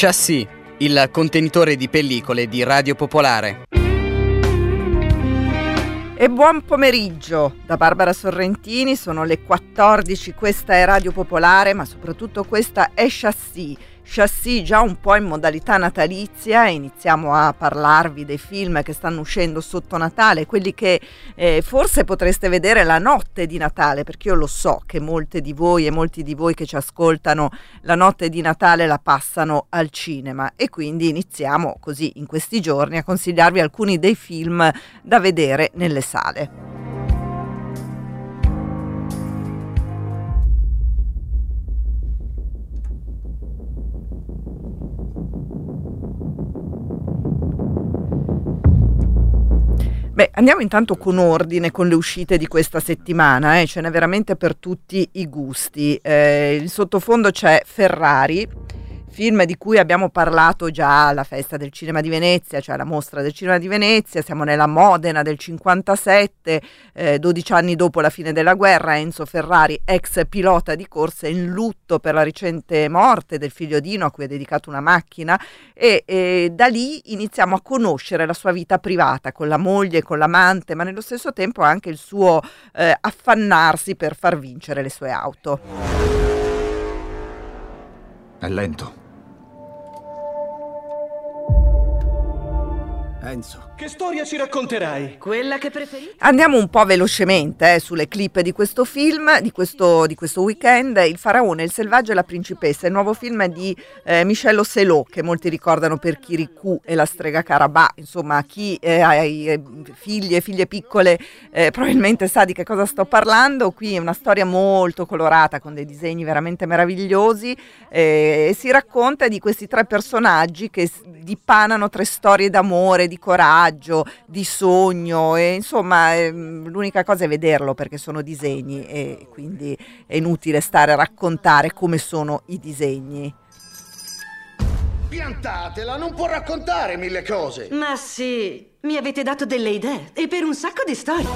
Chassis, il contenitore di pellicole di Radio Popolare. E buon pomeriggio da Barbara Sorrentini, sono le 14, questa è Radio Popolare, ma soprattutto questa è Chassis già un po' in modalità natalizia, e iniziamo a parlarvi dei film che stanno uscendo sotto Natale, quelli che forse potreste vedere la notte di Natale, perché io lo so che molte di voi e molti di voi che ci ascoltano la notte di Natale la passano al cinema, e quindi iniziamo così in questi giorni a consigliarvi alcuni dei film da vedere nelle sale. Beh, andiamo intanto con ordine con le uscite di questa settimana, ce n'è veramente per tutti i gusti. Il sottofondo c'è Ferrari, film di cui abbiamo parlato già alla Festa del Cinema di Venezia, cioè alla Mostra del Cinema di Venezia. Siamo nella Modena del 57, 12 anni dopo la fine della guerra. Enzo Ferrari, ex pilota di corse, in lutto per la recente morte del figlio Dino, a cui ha dedicato una macchina, e da lì iniziamo a conoscere la sua vita privata con la moglie, con l'amante, ma nello stesso tempo anche il suo affannarsi per far vincere le sue auto. È lento. Enzo, che storia ci racconterai? Quella che preferisci? Andiamo un po' velocemente sulle clip di questo film, di questo weekend. Il faraone, il selvaggio e la principessa, il nuovo film di Michel Ocelot, che molti ricordano per Kirikou e la strega Carabà. Insomma, chi ha figli e figlie piccole probabilmente sa di che cosa sto parlando. Qui è una storia molto colorata, con dei disegni veramente meravigliosi, e si racconta di questi tre personaggi che dipanano tre storie d'amore, di coraggio, di sogno, e insomma l'unica cosa è vederlo, perché sono disegni e quindi è inutile stare a raccontare come sono i disegni. Piantatela, non può raccontare mille cose. Ma sì, mi avete dato delle idee, e per un sacco di storie.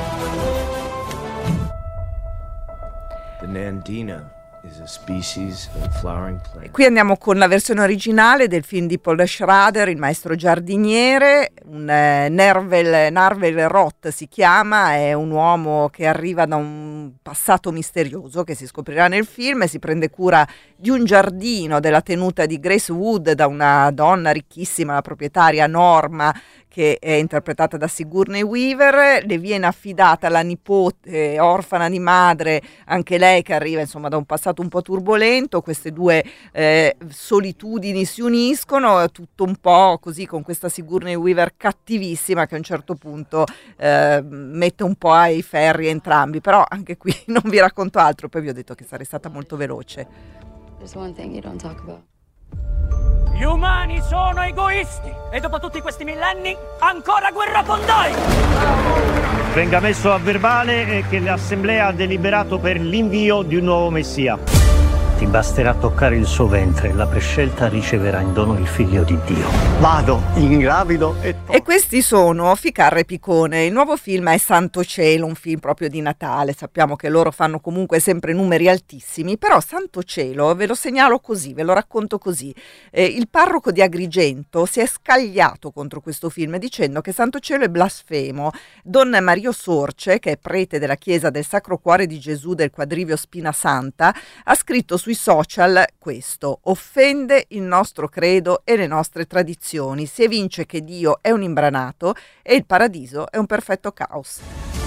The Nandina is a species of flowering plant. Qui andiamo con la versione originale del film di Paul Schrader, Il maestro giardiniere. Narvel Roth si chiama, è un uomo che arriva da un passato misterioso che si scoprirà nel film, e si prende cura di un giardino della tenuta di Grace Wood da una donna ricchissima, la proprietaria Norma, che è interpretata da Sigourney Weaver. Le viene affidata la nipote orfana di madre, anche lei che arriva insomma da un passato un po' turbolento. Queste due solitudini si uniscono, tutto un po' così, con questa Sigourney Weaver cattivissima che a un certo punto mette un po' ai ferri entrambi. Però anche qui non vi racconto altro, poi vi ho detto che sarei stata molto veloce. There's one thing you don't talk about. Gli umani sono egoisti e dopo tutti questi millenni ancora guerrafondai! Venga messo a verbale che l'Assemblea ha deliberato per l'invio di un nuovo messia. Ti basterà toccare il suo ventre, la prescelta riceverà in dono il figlio di Dio. Vado, ingravido e questi sono Ficarra e Picone. Il nuovo film è Santo Cielo, un film proprio di Natale. Sappiamo che loro fanno comunque sempre numeri altissimi, però Santo Cielo ve lo segnalo così, ve lo racconto così. Il parroco di Agrigento si è scagliato contro questo film dicendo che Santo Cielo è blasfemo. Don Mario Sorce, che è prete della chiesa del Sacro Cuore di Gesù del Quadrivio Spina Santa, ha scritto sui social questo: offende il nostro credo e le nostre tradizioni, si evince che Dio è un imbranato e il paradiso è un perfetto caos.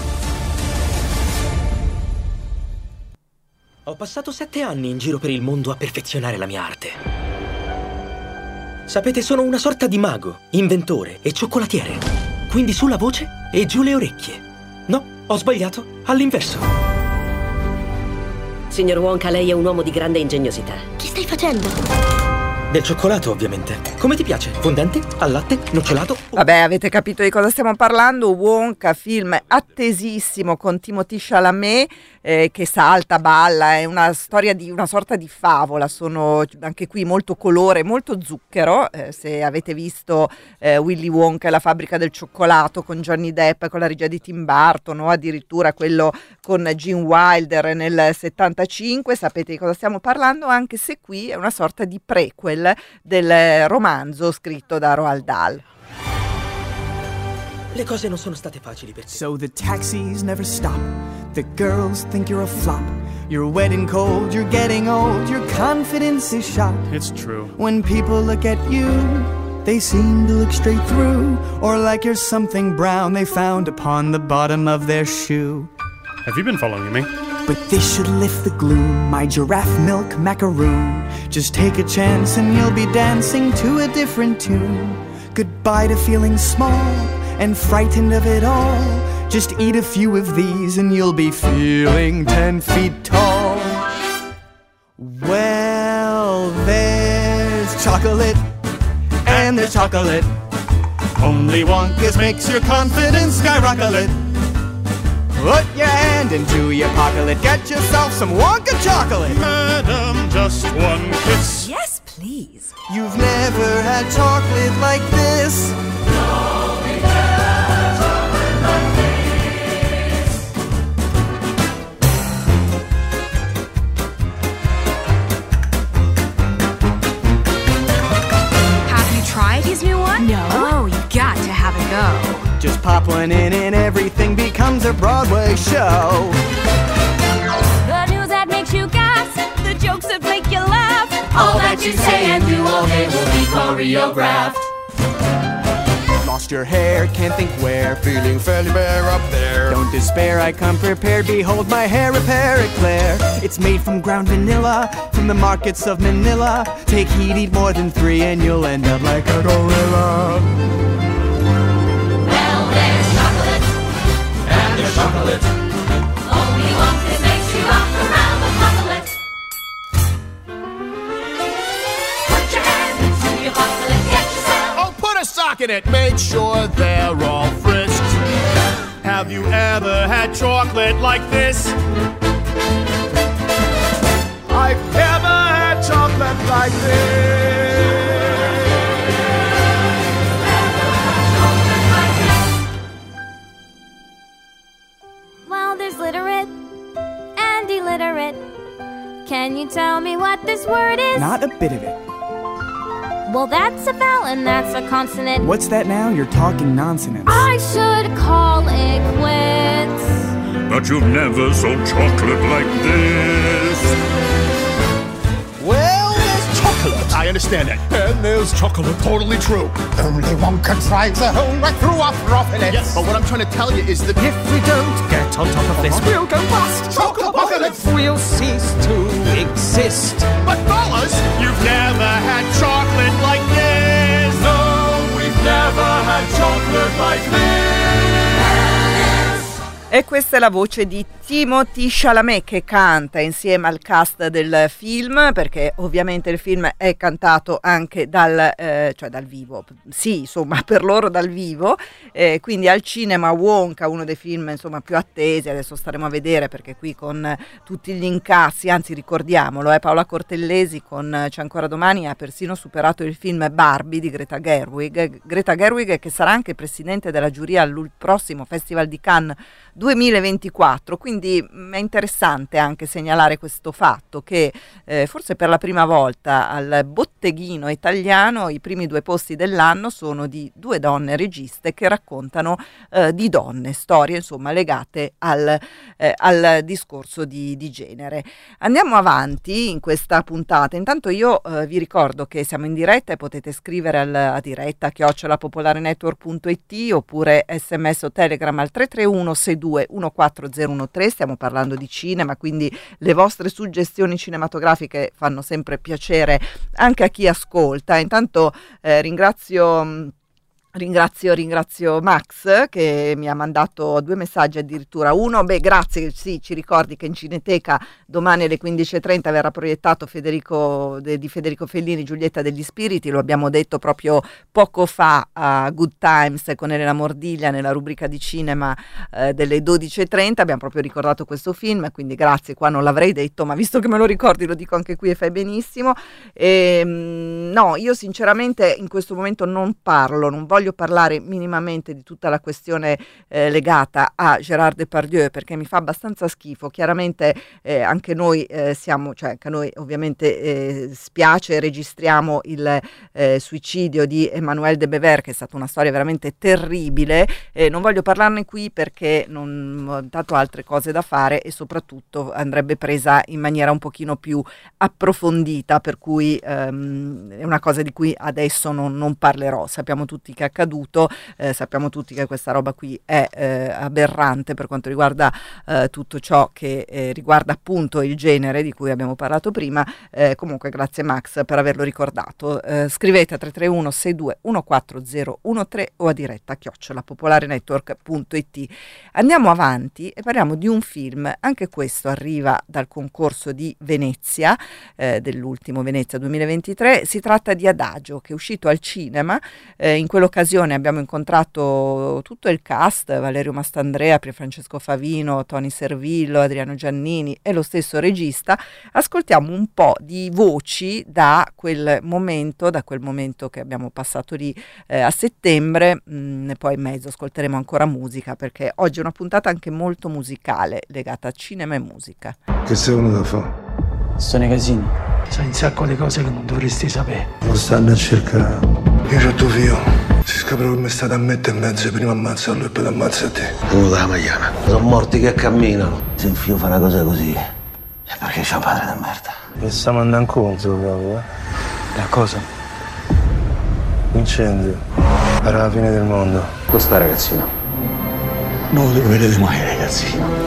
Ho passato 7 anni in giro per il mondo a perfezionare la mia arte. Sapete, sono una sorta di mago, inventore e cioccolatiere. Quindi su la voce e giù le orecchie. No, ho sbagliato, all'inverso. Signor Wonka, lei è un uomo di grande ingegnosità. Che stai facendo? Del cioccolato, ovviamente. Come ti piace? Fondente? Al latte? Nocciolato? Vabbè, avete capito di cosa stiamo parlando. Wonka, film attesissimo con Timothée Chalamet. che salta, balla, è una storia di una sorta di favola, sono anche qui molto colore, molto zucchero, se avete visto Willy Wonka e la fabbrica del cioccolato con Johnny Depp, con la regia di Tim Burton, o addirittura quello con Gene Wilder nel 75, sapete di cosa stiamo parlando, anche se qui è una sorta di prequel del romanzo scritto da Roald Dahl. Le cose non sono state facili per te. So the taxis never stop. The girls think you're a flop. You're wet and cold, you're getting old. Your confidence is shot. It's true. When people look at you, they seem to look straight through. Or like you're something brown they found upon the bottom of their shoe. Have you been following me? But this should lift the gloom, my giraffe milk macaroon. Just take a chance and you'll be dancing to a different tune. Goodbye to feeling small and frightened of it all. Just eat a few of these and you'll be feeling 10 feet tall. Well, there's chocolate and there's chocolate. Only Wonka's makes your confidence skyrocket. Put your hand into your pocket, get yourself some Wonka chocolate. Madam, just one kiss. Yes, please. You've never had chocolate like this. No, we've never had chocolate like this. Have you tried his new one? No. Oh, you've got to have a go. Just pop one in and everything becomes a Broadway show. The news that makes you gasp, the jokes that make you laugh. All that you say and do all day will be choreographed. Lost your hair, can't think where, feeling fairly bare up there. Don't despair, I come prepared, behold my hair repair eclair. It's made from ground vanilla, from the markets of Manila. Take heed, eat more than 3 and you'll end up like a gorilla. Chocolate. Only Wonka makes you rock around the chocolate. Put your hand into your chocolate, get yourself. Oh, put a sock in it, make sure they're all frisked. Have you ever had chocolate like this? I've never had chocolate like this. Well, there's literate and illiterate. Can you tell me what this word is? Not a bit of it. Well, that's a vowel and that's a consonant. What's that now? You're talking nonsense. I should call it quits. But you've never sold chocolate like this. Well, there's chocolate. I understand that. And there's chocolate. Totally true. Only Wonka drives a hole right through our profit. Yes, but what I'm trying to tell you is that if we don't get on top of this, we'll go bust. Chocopocalypse! We'll cease to exist. But fellas, you've never had chocolate like this. No, we've never had chocolate like this. E questa è la voce di Timothée Chalamet che canta insieme al cast del film, perché ovviamente il film è cantato anche dal vivo, sì, insomma, per loro dal vivo, quindi al cinema Wonka, uno dei film insomma più attesi. Adesso staremo a vedere, perché qui con tutti gli incassi, anzi ricordiamolo, Paola Cortellesi con C'è ancora domani ha persino superato il film Barbie di Greta Gerwig, che sarà anche presidente della giuria al prossimo Festival di Cannes 2024, quindi è interessante anche segnalare questo fatto che forse per la prima volta al botteghino italiano i primi 2 posti dell'anno sono di 2 donne registe che raccontano di donne, storie insomma legate al discorso di genere. Andiamo avanti in questa puntata. Intanto io vi ricordo che siamo in diretta e potete scrivere a diretta @popolarenetwork.it oppure sms o telegram al 331 62 14013. Stiamo parlando di cinema, quindi le vostre suggestioni cinematografiche fanno sempre piacere anche a chi ascolta. Intanto ringrazio Ringrazio Max che mi ha mandato 2 messaggi addirittura. Uno, grazie, sì, ci ricordi che in Cineteca domani alle 15:30 verrà proiettato di Federico Fellini, Giulietta degli Spiriti, lo abbiamo detto proprio poco fa a Good Times con Elena Mordiglia nella rubrica di cinema delle 12:30, abbiamo proprio ricordato questo film, quindi grazie, qua non l'avrei detto, ma visto che me lo ricordi lo dico anche qui e fai benissimo. No, io sinceramente in questo momento non voglio parlare minimamente di tutta la questione legata a Gérard Depardieu, perché mi fa abbastanza schifo. Chiaramente anche noi anche a noi ovviamente spiace, registriamo il suicidio di Emmanuel de Bever, che è stata una storia veramente terribile. Non voglio parlarne qui perché non ho tanto altre cose da fare e soprattutto andrebbe presa in maniera un pochino più approfondita, per cui è una cosa di cui adesso non parlerò. Sappiamo tutti che è accaduto, sappiamo tutti che questa roba qui è aberrante per quanto riguarda tutto ciò che riguarda appunto il genere di cui abbiamo parlato prima. Comunque grazie Max per averlo ricordato. Scrivete a 331 62 14013 o a diretta @popolarenetwork.it. Andiamo avanti e parliamo di un film, anche questo arriva dal concorso di Venezia, dell'ultimo Venezia 2023. Si tratta di Adagio, che è uscito al cinema. In quell'occasione abbiamo incontrato tutto il cast: Valerio Mastandrea, Pierfrancesco Favino, Tony Servillo, Adriano Giannini e lo stesso regista. Ascoltiamo un po' di voci da quel momento che abbiamo passato lì a settembre, e poi in mezzo ascolteremo ancora musica, perché oggi è una puntata anche molto musicale legata a cinema e musica. Che sei venuto a fare? Sono i casini. Sai un sacco di cose che non dovresti sapere. Lo stanno a cercare. Io c'ho tuo figlio. Si scopre che mi state a mettere in mezzo, prima ammazzarlo e poi ti ammazza a te. Uno dalla magliana. Sono morti che camminano. Se un figlio fa una cosa così è perché c'è un padre da merda. E stiamo andando incontro proprio, La cosa? Incendio. Era la fine del mondo. Costa ragazzino. Non lo vedete mai, ragazzino.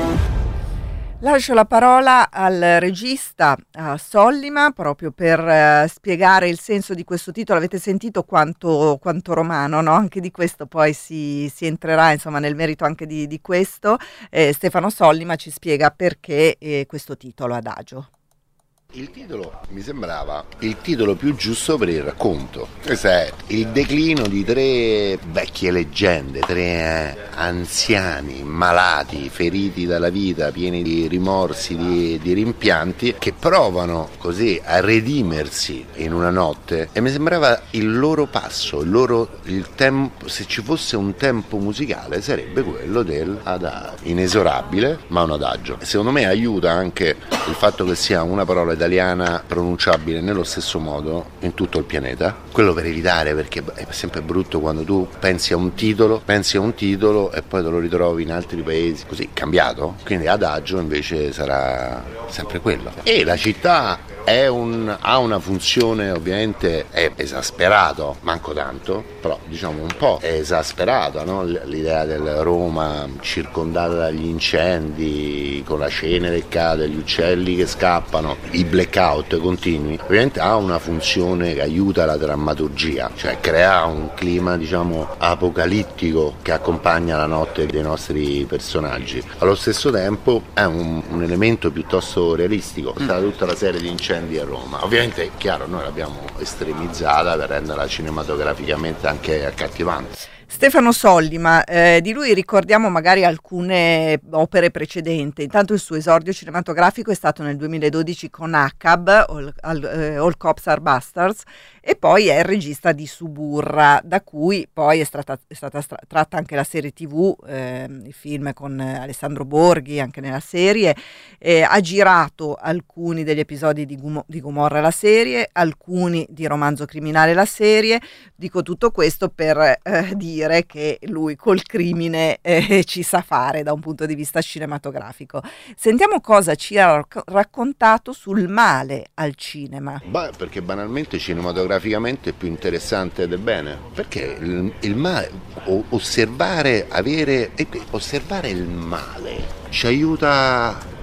Lascio la parola al regista, a Sollima, proprio per spiegare il senso di questo titolo. Avete sentito quanto romano, no? Anche di questo poi si entrerà insomma nel merito anche di questo. Stefano Sollima ci spiega perché questo titolo, Adagio. Il titolo mi sembrava il titolo più giusto per il racconto. Questo è il declino di 3 vecchie leggende, 3 anziani malati, feriti dalla vita, pieni di rimorsi, di rimpianti, che provano così a redimersi in una notte, e mi sembrava il loro passo, il tempo. Se ci fosse un tempo musicale sarebbe quello del adagio, inesorabile ma un adagio. Secondo me aiuta anche il fatto che sia una parola italiana pronunciabile nello stesso modo in tutto il pianeta, quello per evitare, perché è sempre brutto quando tu pensi a un titolo e poi te lo ritrovi in altri paesi così cambiato, quindi adagio invece sarà sempre quello. E la città ha una funzione, ovviamente è esasperato, manco tanto, però diciamo un po' è esasperato, no? L'idea del Roma circondata dagli incendi, con la cenere che cade, gli uccelli che scappano, i blackout continui, ovviamente ha una funzione che aiuta la drammaturgia, cioè crea un clima diciamo apocalittico che accompagna la notte dei nostri personaggi. Allo stesso tempo è un elemento piuttosto realistico, sta tutta la serie di incendi a Roma. Ovviamente è chiaro, noi l'abbiamo estremizzata per renderla cinematograficamente anche accattivante. Stefano Sollima, di lui ricordiamo magari alcune opere precedenti. Intanto il suo esordio cinematografico è stato nel 2012 con ACAB, All Cops Are Bastards, e poi è il regista di Suburra, da cui poi è stata tratta anche la serie TV, il film con Alessandro Borghi, anche nella serie. Ha girato alcuni degli episodi di Gomorra la serie, alcuni di Romanzo Criminale la serie. Dico tutto questo per dire che lui col crimine ci sa fare da un punto di vista cinematografico. Sentiamo cosa ci ha raccontato sul male al cinema. Perché banalmente cinematograficamente è più interessante del bene, perché il male, osservare il male ci aiuta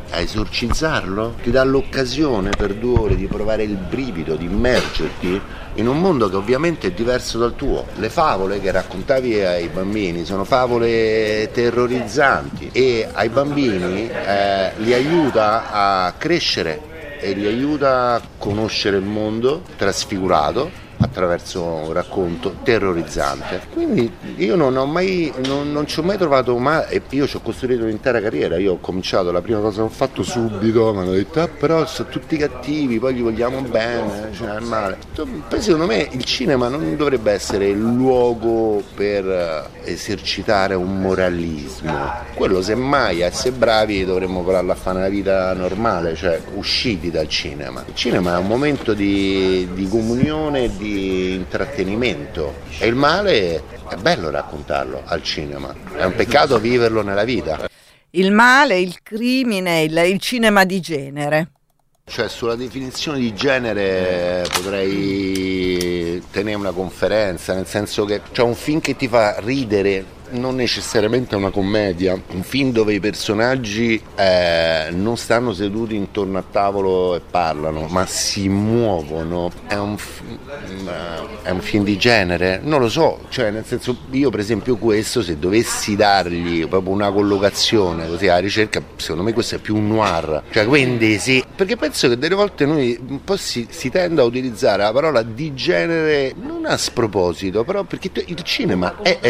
a esorcizzarlo, ti dà l'occasione per 2 ore di provare il brivido, di immergerti in un mondo che ovviamente è diverso dal tuo. Le favole che raccontavi ai bambini sono favole terrorizzanti e ai bambini li aiuta a crescere e li aiuta a conoscere il mondo trasfigurato attraverso un racconto terrorizzante. Quindi io non ci ho mai trovato male. Io ci ho costruito un'intera carriera. Io ho cominciato, la prima cosa che ho fatto subito mi hanno detto però sono tutti cattivi, poi gli vogliamo bene, cioè è male. Poi secondo me il cinema non dovrebbe essere il luogo per esercitare un moralismo. Quello semmai, a essere bravi, dovremmo farlo a fare una vita normale, cioè usciti dal cinema. Il cinema è un momento di comunione, di intrattenimento, e il male è bello raccontarlo al cinema, è un peccato viverlo nella vita. Il male, il crimine, il cinema di genere. Cioè sulla definizione di genere potrei tenere una conferenza, nel senso che c'è un film che ti fa ridere, non necessariamente una commedia, un film dove i personaggi non stanno seduti intorno a tavolo e parlano, ma si muovono, è un film di genere? Non lo so, cioè nel senso, io per esempio questo, se dovessi dargli proprio una collocazione così alla ricerca, secondo me questo è più un noir, cioè quindi sì, perché penso che delle volte noi un po' si tende a utilizzare la parola di genere non a sproposito, però perché il cinema è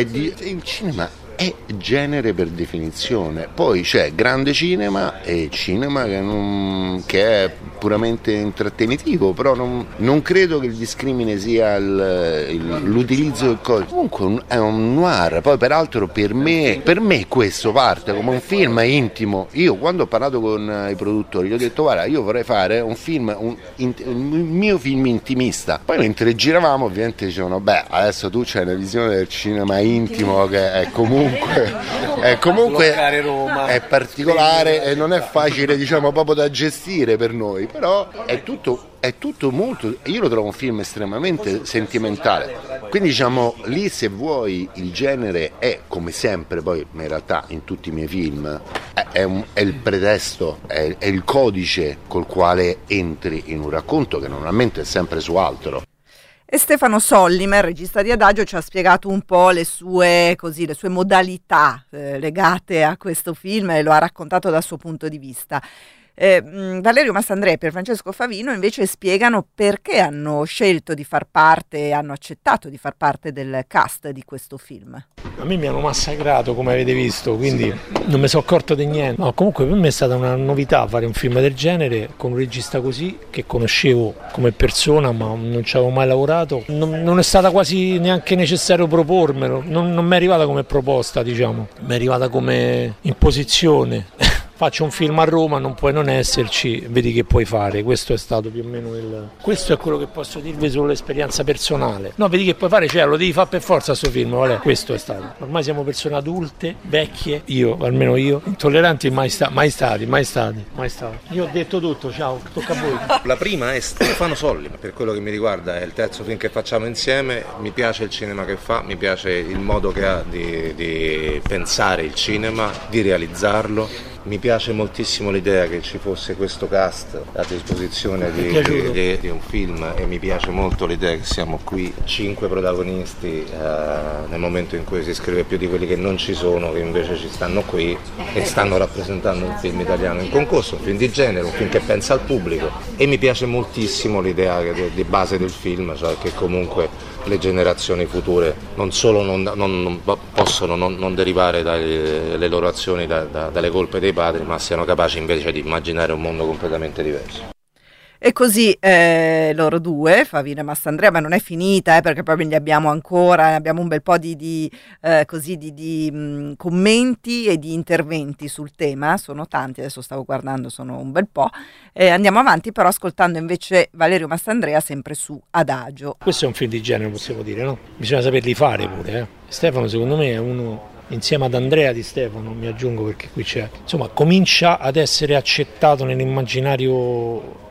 genere per definizione. Poi c'è grande cinema e cinema che è puramente intrattenitivo, però non credo che il discrimine sia l'utilizzo del codice. Comunque è un noir. Poi peraltro per me questo parte come un film intimo. Io quando ho parlato con i produttori gli ho detto guarda, io vorrei fare un film, un mio film intimista. Poi mentre giravamo ovviamente dicevano beh, adesso tu c'hai una visione del cinema intimo che è comunque è particolare e non è facile, diciamo, proprio da gestire per noi, però è tutto molto, io lo trovo un film estremamente sentimentale, quindi diciamo lì, se vuoi, il genere è come sempre, poi in realtà in tutti i miei film è il pretesto, è il codice col quale entri in un racconto che normalmente è sempre su altro. E Stefano Sollima, il regista di Adagio, ci ha spiegato un po' le sue modalità legate a questo film e lo ha raccontato dal suo punto di vista. Valerio Massandrea e Pierfrancesco Favino invece spiegano perché hanno scelto di far parte, hanno accettato di far parte del cast di questo film. A me mi hanno massacrato, come avete visto, quindi non mi sono accorto di niente. No, comunque per me è stata una novità fare un film del genere con un regista così, che conoscevo come persona ma non ci avevo mai lavorato. Non è stata quasi neanche necessario propormelo, non mi è arrivata come proposta, diciamo, mi è arrivata come imposizione. Faccio un film a Roma, non puoi non esserci, vedi che puoi fare. Questo è stato più o meno questo è quello che posso dirvi sull'esperienza personale. No, vedi che puoi fare, cioè lo devi fare per forza sto film, vale? Questo è stato. Ormai siamo persone adulte, vecchie, almeno io, intolleranti mai stati. Io ho detto tutto, ciao, tocca a voi. La prima è Stefano Sollima, per quello che mi riguarda è il terzo film che facciamo insieme, mi piace il cinema che fa, mi piace il modo che ha di pensare il cinema, di realizzarlo. Mi piace moltissimo l'idea che ci fosse questo cast a disposizione di un film e mi piace molto l'idea che siamo qui 5 protagonisti nel momento in cui si scrive più di quelli che non ci sono, che invece ci stanno qui e stanno rappresentando un film italiano in concorso, un film di genere, un film che pensa al pubblico, e mi piace moltissimo l'idea di base del film, cioè che comunque le generazioni future non solo non possono non derivare dalle loro azioni dalle colpe dei padri, ma siano capaci invece di immaginare un mondo completamente diverso. E così loro due, Favino e Massandrea, ma non è finita, perché proprio ne abbiamo un bel po' di commenti e di interventi sul tema, sono tanti, adesso stavo guardando, sono un bel po'. Andiamo avanti però ascoltando invece Valerio Massandrea sempre su Adagio. Questo è un film di genere, possiamo dire, no? Bisogna saperli fare pure. Stefano secondo me è uno, insieme ad Andrea Di Stefano, mi aggiungo perché qui c'è, insomma, comincia ad essere accettato nell'immaginario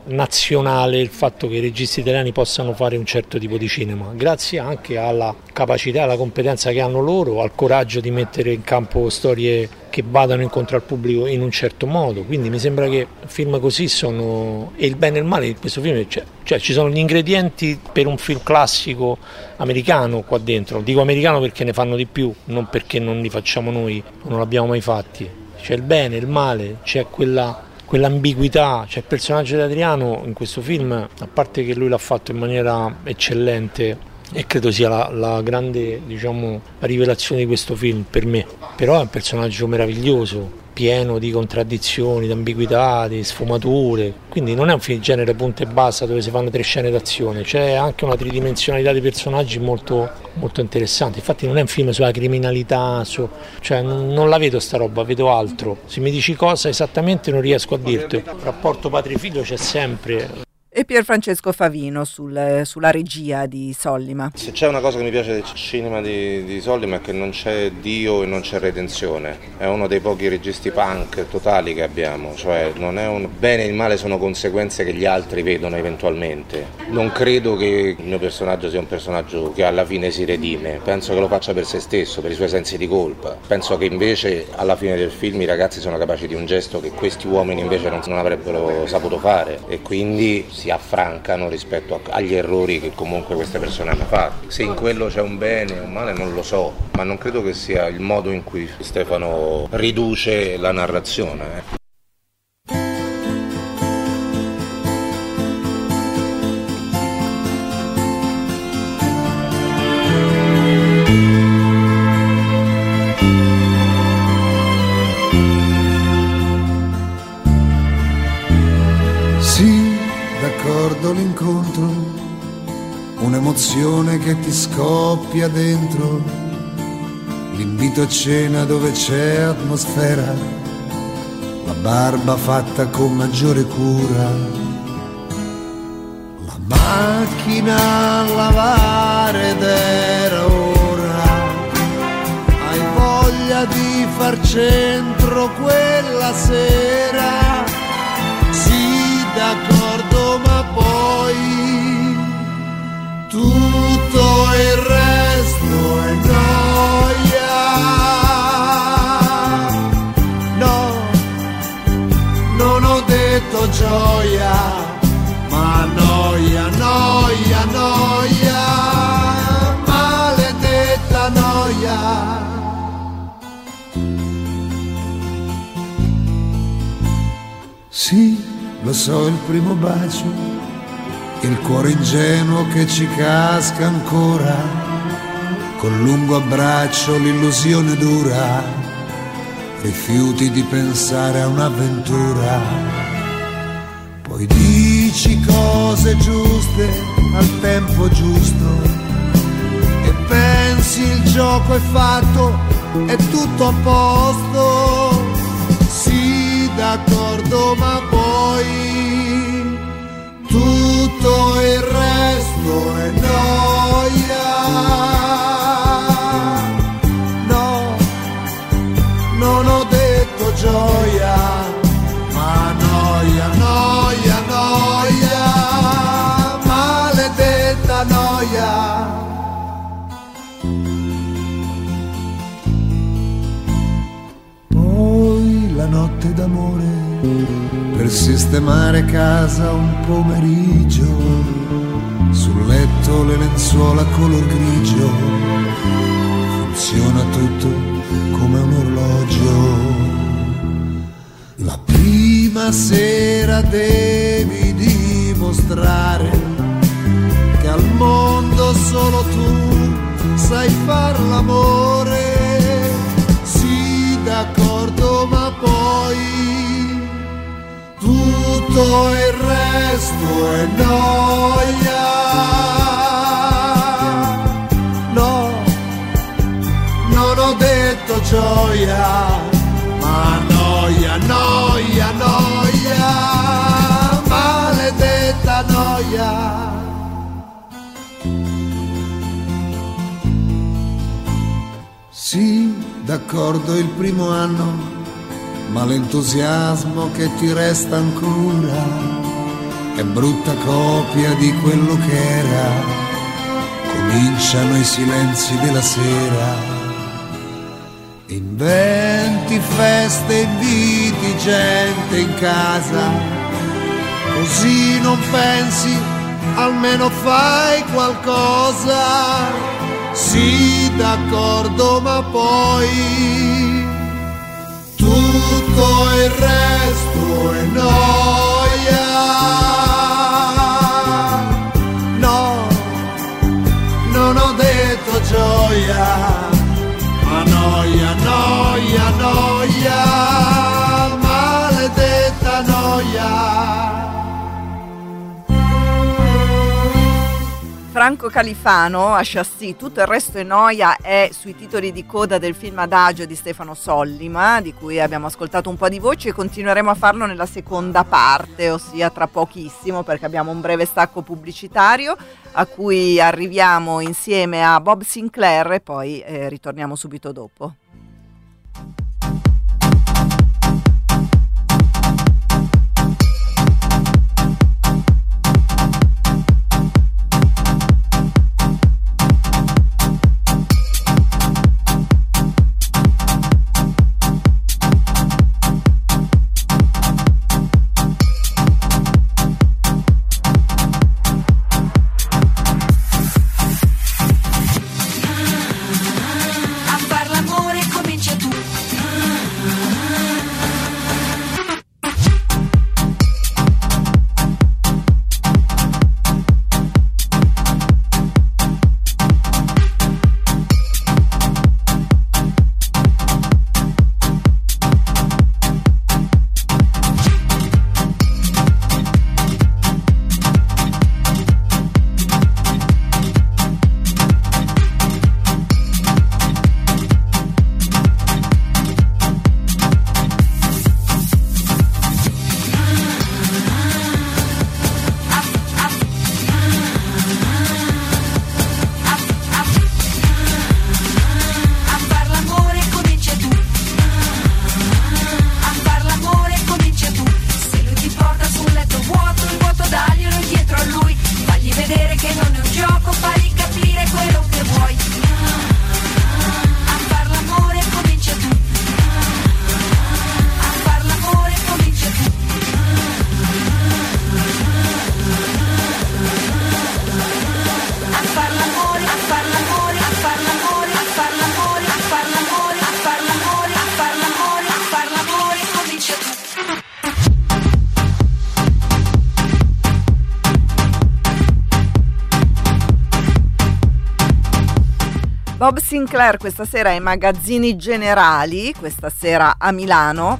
nazionale il fatto che i registi italiani possano fare un certo tipo di cinema, grazie anche alla capacità e alla competenza che hanno loro, al coraggio di mettere in campo storie che vadano incontro al pubblico in un certo modo. Quindi mi sembra che film così sono, e il bene e il male di questo film, cioè ci sono gli ingredienti per un film classico americano qua dentro. Dico americano perché ne fanno di più, non perché non li facciamo noi, non l'abbiamo mai fatti. C'è il bene, il male, c'è quell'ambiguità, c'è il personaggio di Adriano in questo film, a parte che lui l'ha fatto in maniera eccellente e credo sia la grande, diciamo, rivelazione di questo film per me. Però è un personaggio meraviglioso, pieno di contraddizioni, di ambiguità, di sfumature, quindi non è un film di genere punta e basta dove si fanno 3 scene d'azione, c'è anche una tridimensionalità dei personaggi molto, molto interessante. Infatti non è un film sulla criminalità, cioè non la vedo sta roba, vedo altro. Se mi dici cosa esattamente non riesco a dirti. Il rapporto padre-figlio c'è sempre. E Pierfrancesco Favino sulla regia di Sollima. Se c'è una cosa che mi piace del cinema di Sollima è che non c'è Dio e non c'è redenzione. È uno dei pochi registi punk totali che abbiamo, cioè non è un bene e il male sono conseguenze che gli altri vedono eventualmente. Non credo che il mio personaggio sia un personaggio che alla fine si redime, penso che lo faccia per se stesso, per i suoi sensi di colpa. Penso che invece alla fine del film i ragazzi sono capaci di un gesto che questi uomini invece non avrebbero saputo fare e quindi si affrancano rispetto agli errori che comunque queste persone hanno fatto. Se in quello c'è un bene o un male non lo so, ma non credo che sia il modo in cui Stefano riduce la narrazione. L'incontro, un'emozione che ti scoppia dentro, l'invito a cena dove c'è atmosfera, la barba fatta con maggiore cura, la macchina a lavare ed era ora, hai voglia di far centro quella sera, sì d'accordo ma poi tutto il resto è noia. No, non ho detto gioia, ma noia, noia, noia, maledetta noia. Sì, lo so, il primo bacio, il cuore ingenuo che ci casca ancora, col lungo abbraccio l'illusione dura, rifiuti di pensare a un'avventura, poi dici cose giuste al tempo giusto e pensi il gioco è fatto, è tutto a posto, sì d'accordo ma poi tutto il resto è noia. No, non ho detto gioia, ma noia, noia, noia, maledetta noia. Poi la notte d'amore per sistemare casa un pomeriggio, sul letto le lenzuola color grigio, funziona tutto come un orologio. La prima sera devi dimostrare che al mondo solo tu sai far l'amore, sì d'accordo ma poi tutto il resto è noia. No, non ho detto gioia, ma noia, noia, noia, maledetta noia. Sì, d'accordo il primo anno, ma l'entusiasmo che ti resta ancora, è brutta copia di quello che era. Cominciano i silenzi della sera. Inventi feste, inviti gente in casa, così non pensi, almeno fai qualcosa. Sì, d'accordo, ma poi tutto il resto è noia. No, non ho detto gioia, ma noia, noia, noia, maledetta noia. Franco Califano a Chassis, tutto il resto è noia, è sui titoli di coda del film Adagio di Stefano Sollima, di cui abbiamo ascoltato un po' di voci e continueremo a farlo nella seconda parte, ossia tra pochissimo, perché abbiamo un breve stacco pubblicitario a cui arriviamo insieme a Bob Sinclair e poi ritorniamo subito dopo. Bob Sinclair questa sera ai Magazzini Generali, questa sera a Milano.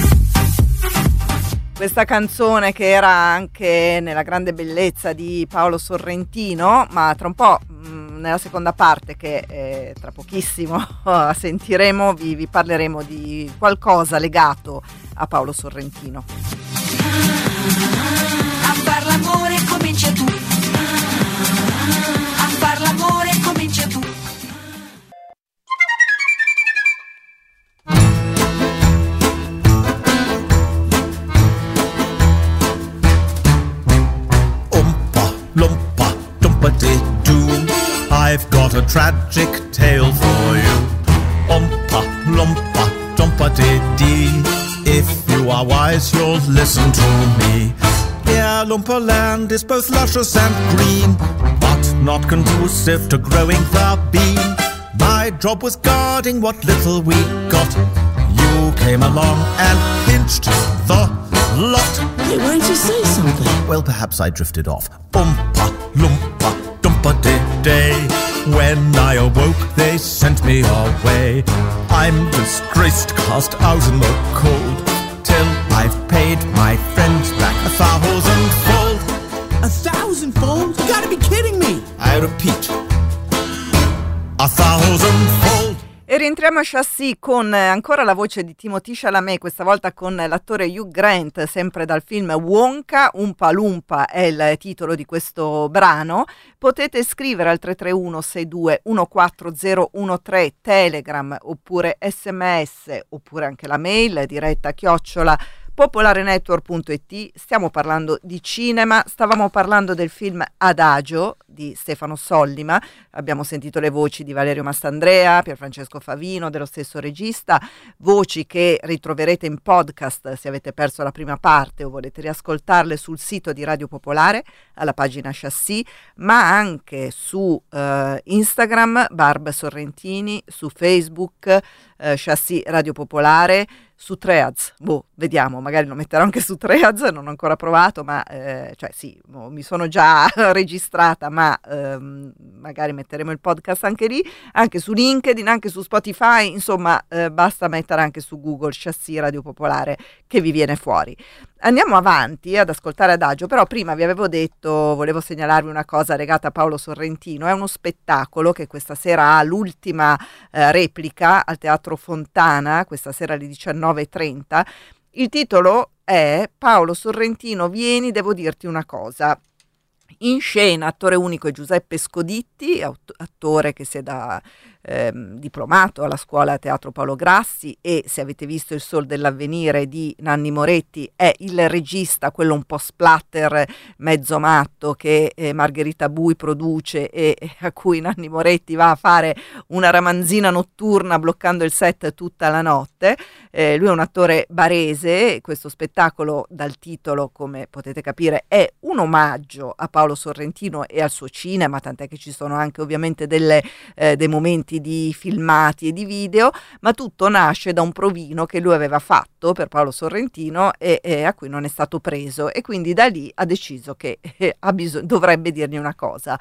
Questa canzone che era anche nella grande bellezza di Paolo Sorrentino, ma tra un po' nella seconda parte che tra pochissimo sentiremo vi parleremo di qualcosa legato a Paolo Sorrentino. A far l'amore comincia tu. A far l'amore comincia tu. Lumpa, dumpa-dee-doo, I've got a tragic tale for you. Umpa, lumpa, dumpa-dee-dee, if you are wise, you'll listen to me. Yeah, Lumpa Land is both luscious and green, but not conducive to growing the bean. My job was guarding what little we got. You came along and pinched the lot. Hey, why didn't you say something? Well, perhaps I drifted off. Umpa, lumpa, dumpa-dee-day. When I awoke, they sent me away. I'm disgraced, cast out in the cold, till I've paid my friends back 1,000-fold. 1,000-fold? You gotta be kidding me! I repeat, 1,000-fold. E rientriamo a Chassis con ancora la voce di Timothée Chalamet, questa volta con l'attore Hugh Grant, sempre dal film Wonka. Umpa Lumpa è il titolo di questo brano. Potete scrivere al 331 62 14013 Telegram oppure SMS, oppure anche la mail diretta @ popolarenetwork.it. Stiamo parlando di cinema, stavamo parlando del film Adagio di Stefano Sollima, abbiamo sentito le voci di Valerio Mastandrea, Pierfrancesco Favino, dello stesso regista, voci che ritroverete in podcast se avete perso la prima parte o volete riascoltarle sul sito di Radio Popolare alla pagina Chassis, ma anche su Instagram Barb Sorrentini, su Facebook Chassis Radio Popolare, su Threads, vediamo, magari lo metterò anche su Threads, non ho ancora provato, ma mi sono già registrata, ma magari metteremo il podcast anche lì, anche su LinkedIn, anche su Spotify, insomma basta mettere anche su Google Chassis Radio Popolare che vi viene fuori. Andiamo avanti ad ascoltare Adagio, però prima vi avevo detto, volevo segnalarvi una cosa legata a Paolo Sorrentino. È uno spettacolo che questa sera ha l'ultima replica al Teatro Fontana, questa sera alle 19:30. Il titolo è Paolo Sorrentino, vieni, devo dirti una cosa. In scena, attore unico è Giuseppe Scoditti, attore che si è diplomato alla scuola Teatro Paolo Grassi, e se avete visto Il Sol dell'Avvenire di Nanni Moretti è il regista, quello un po' splatter mezzo matto che Margherita Bui produce e a cui Nanni Moretti va a fare una ramanzina notturna bloccando il set tutta la notte. Lui è un attore barese. Questo spettacolo, dal titolo come potete capire, è un omaggio a Paolo Sorrentino e al suo cinema, tant'è che ci sono anche ovviamente dei momenti di filmati e di video, ma tutto nasce da un provino che lui aveva fatto per Paolo Sorrentino e a cui non è stato preso, e quindi da lì ha deciso che dovrebbe dirgli una cosa.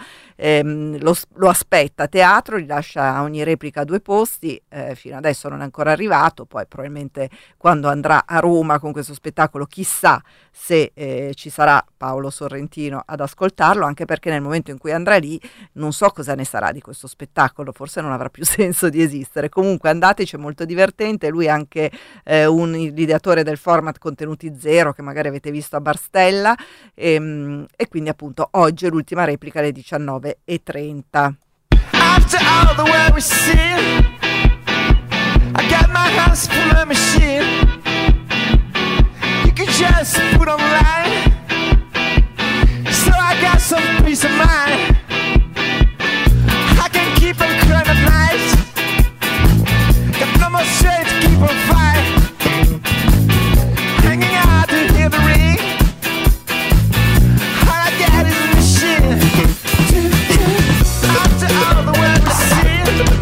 Lo aspetta a teatro, gli lascia ogni replica 2 posti, fino adesso non è ancora arrivato, poi probabilmente quando andrà a Roma con questo spettacolo chissà se ci sarà Paolo Sorrentino ad ascoltarlo, anche perché nel momento in cui andrà lì non so cosa ne sarà di questo spettacolo, forse non avrà più senso di esistere. Comunque andateci, è molto divertente. Lui è anche l'ideatore del format Contenuti Zero che magari avete visto a Barstella, e quindi appunto oggi è l'ultima replica alle 19:30. After all the way we see, I got my hands full of machine. You can just put online, so I got some peace of mind. I can keep on crying at night, got no more strength to keep on fighting. Hanging out to hear the ring, all I got is a machine. After all the way we see,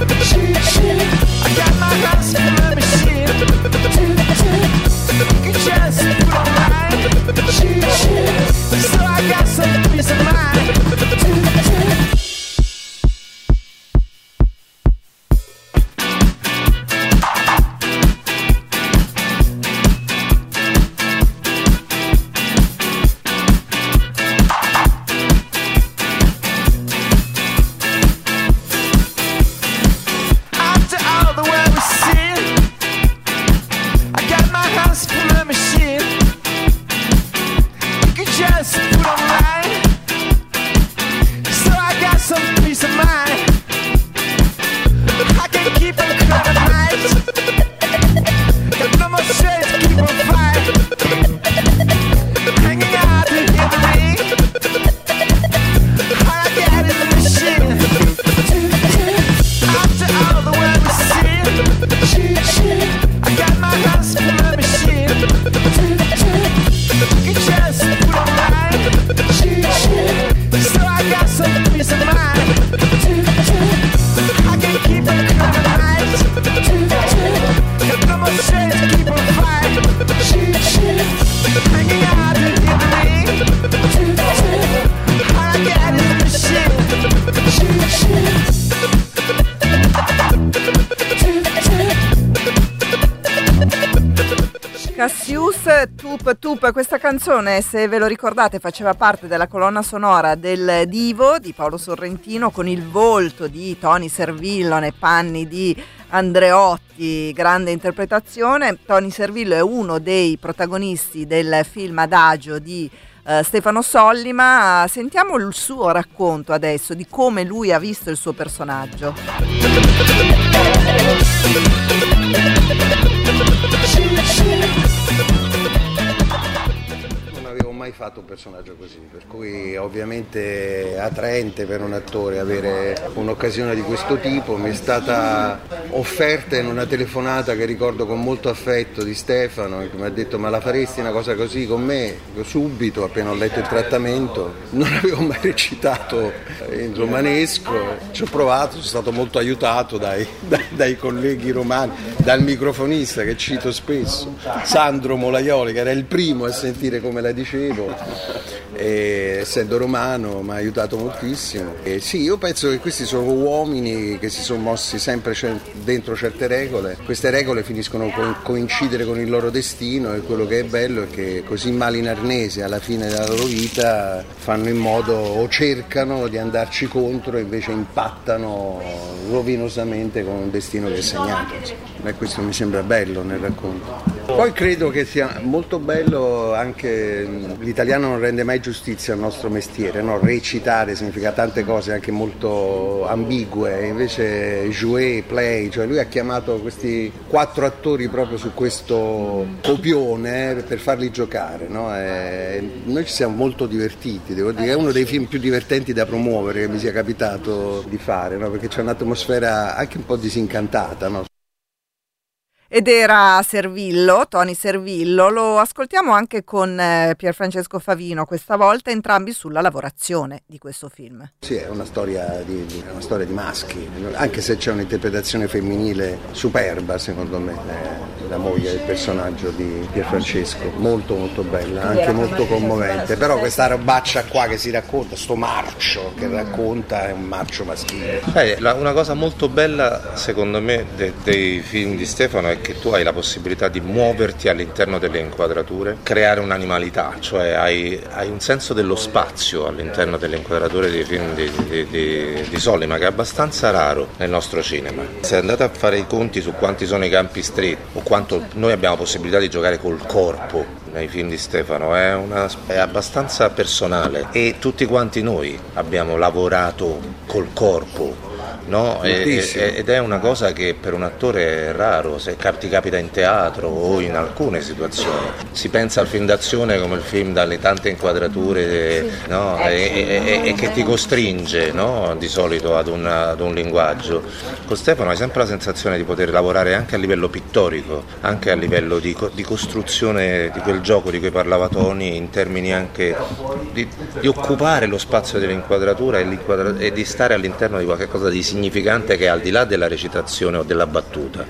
I got my hands full of machine. You can just put on mine, so I got some peace of mind. Questa canzone, se ve lo ricordate, faceva parte della colonna sonora del Divo di Paolo Sorrentino, con il volto di Tony Servillo nei panni di Andreotti, grande interpretazione. Tony Servillo è uno dei protagonisti del film Adagio di Stefano Sollima. Sentiamo il suo racconto adesso di come lui ha visto il suo personaggio. fatto un personaggio così, per cui ovviamente è attraente per un attore avere un'occasione di questo tipo. Mi è stata offerta in una telefonata che ricordo con molto affetto di Stefano, che mi ha detto: ma la faresti una cosa così con me? Io subito, appena ho letto il trattamento, non avevo mai recitato in romanesco, ci ho provato, sono stato molto aiutato dai colleghi romani, dal microfonista che cito spesso, Sandro Molaioli, che era il primo a sentire come la dicevo, e essendo romano mi ha aiutato moltissimo. E sì, io penso che questi sono uomini che si sono mossi sempre dentro certe regole, queste regole finiscono con coincidere con il loro destino, e quello che è bello è che così male in arnesi alla fine della loro vita fanno in modo, o cercano di andarci contro, e invece impattano rovinosamente con un destino che è segnato. E questo mi sembra bello nel racconto. Poi credo che sia molto bello anche, l'italiano non rende mai giustizia al nostro mestiere, no? Recitare significa tante cose anche molto ambigue, invece jouer, play, cioè lui ha chiamato questi 4 attori proprio su questo copione per farli giocare, no? E noi ci siamo molto divertiti, devo dire, è uno dei film più divertenti da promuovere che mi sia capitato di fare, no? Perché c'è un'atmosfera anche un po' disincantata, no? Ed era Servillo, Tony Servillo. Lo ascoltiamo anche con Pierfrancesco Favino, questa volta entrambi sulla lavorazione di questo film. Sì, è una storia di maschi, anche se c'è un'interpretazione femminile superba, secondo me, la moglie del personaggio di Pierfrancesco, molto molto bella, anche molto commovente, però questa robaccia qua che si racconta, sto marcio che racconta, è un marcio maschile. Una cosa molto bella secondo me dei film di Stefano è che tu hai la possibilità di muoverti all'interno delle inquadrature, creare un'animalità, cioè hai un senso dello spazio all'interno delle inquadrature dei film di Sollima, che è abbastanza raro nel nostro cinema. Se andate a fare i conti su quanti sono i campi stretti o quanto noi abbiamo possibilità di giocare col corpo nei film di Stefano, è abbastanza personale, e tutti quanti noi abbiamo lavorato col corpo, no? Ed è una cosa che per un attore è raro, se ti capita in teatro o in alcune situazioni. Si pensa al film d'azione come il film dalle tante inquadrature, no? E che ti costringe, no? Di solito ad un linguaggio. Con Stefano hai sempre la sensazione di poter lavorare anche a livello pittorico, anche a livello di costruzione di quel gioco di cui parlava Tony, in termini anche di occupare lo spazio dell'inquadratura e di stare all'interno di qualcosa di significante che è al di là della recitazione o della battuta.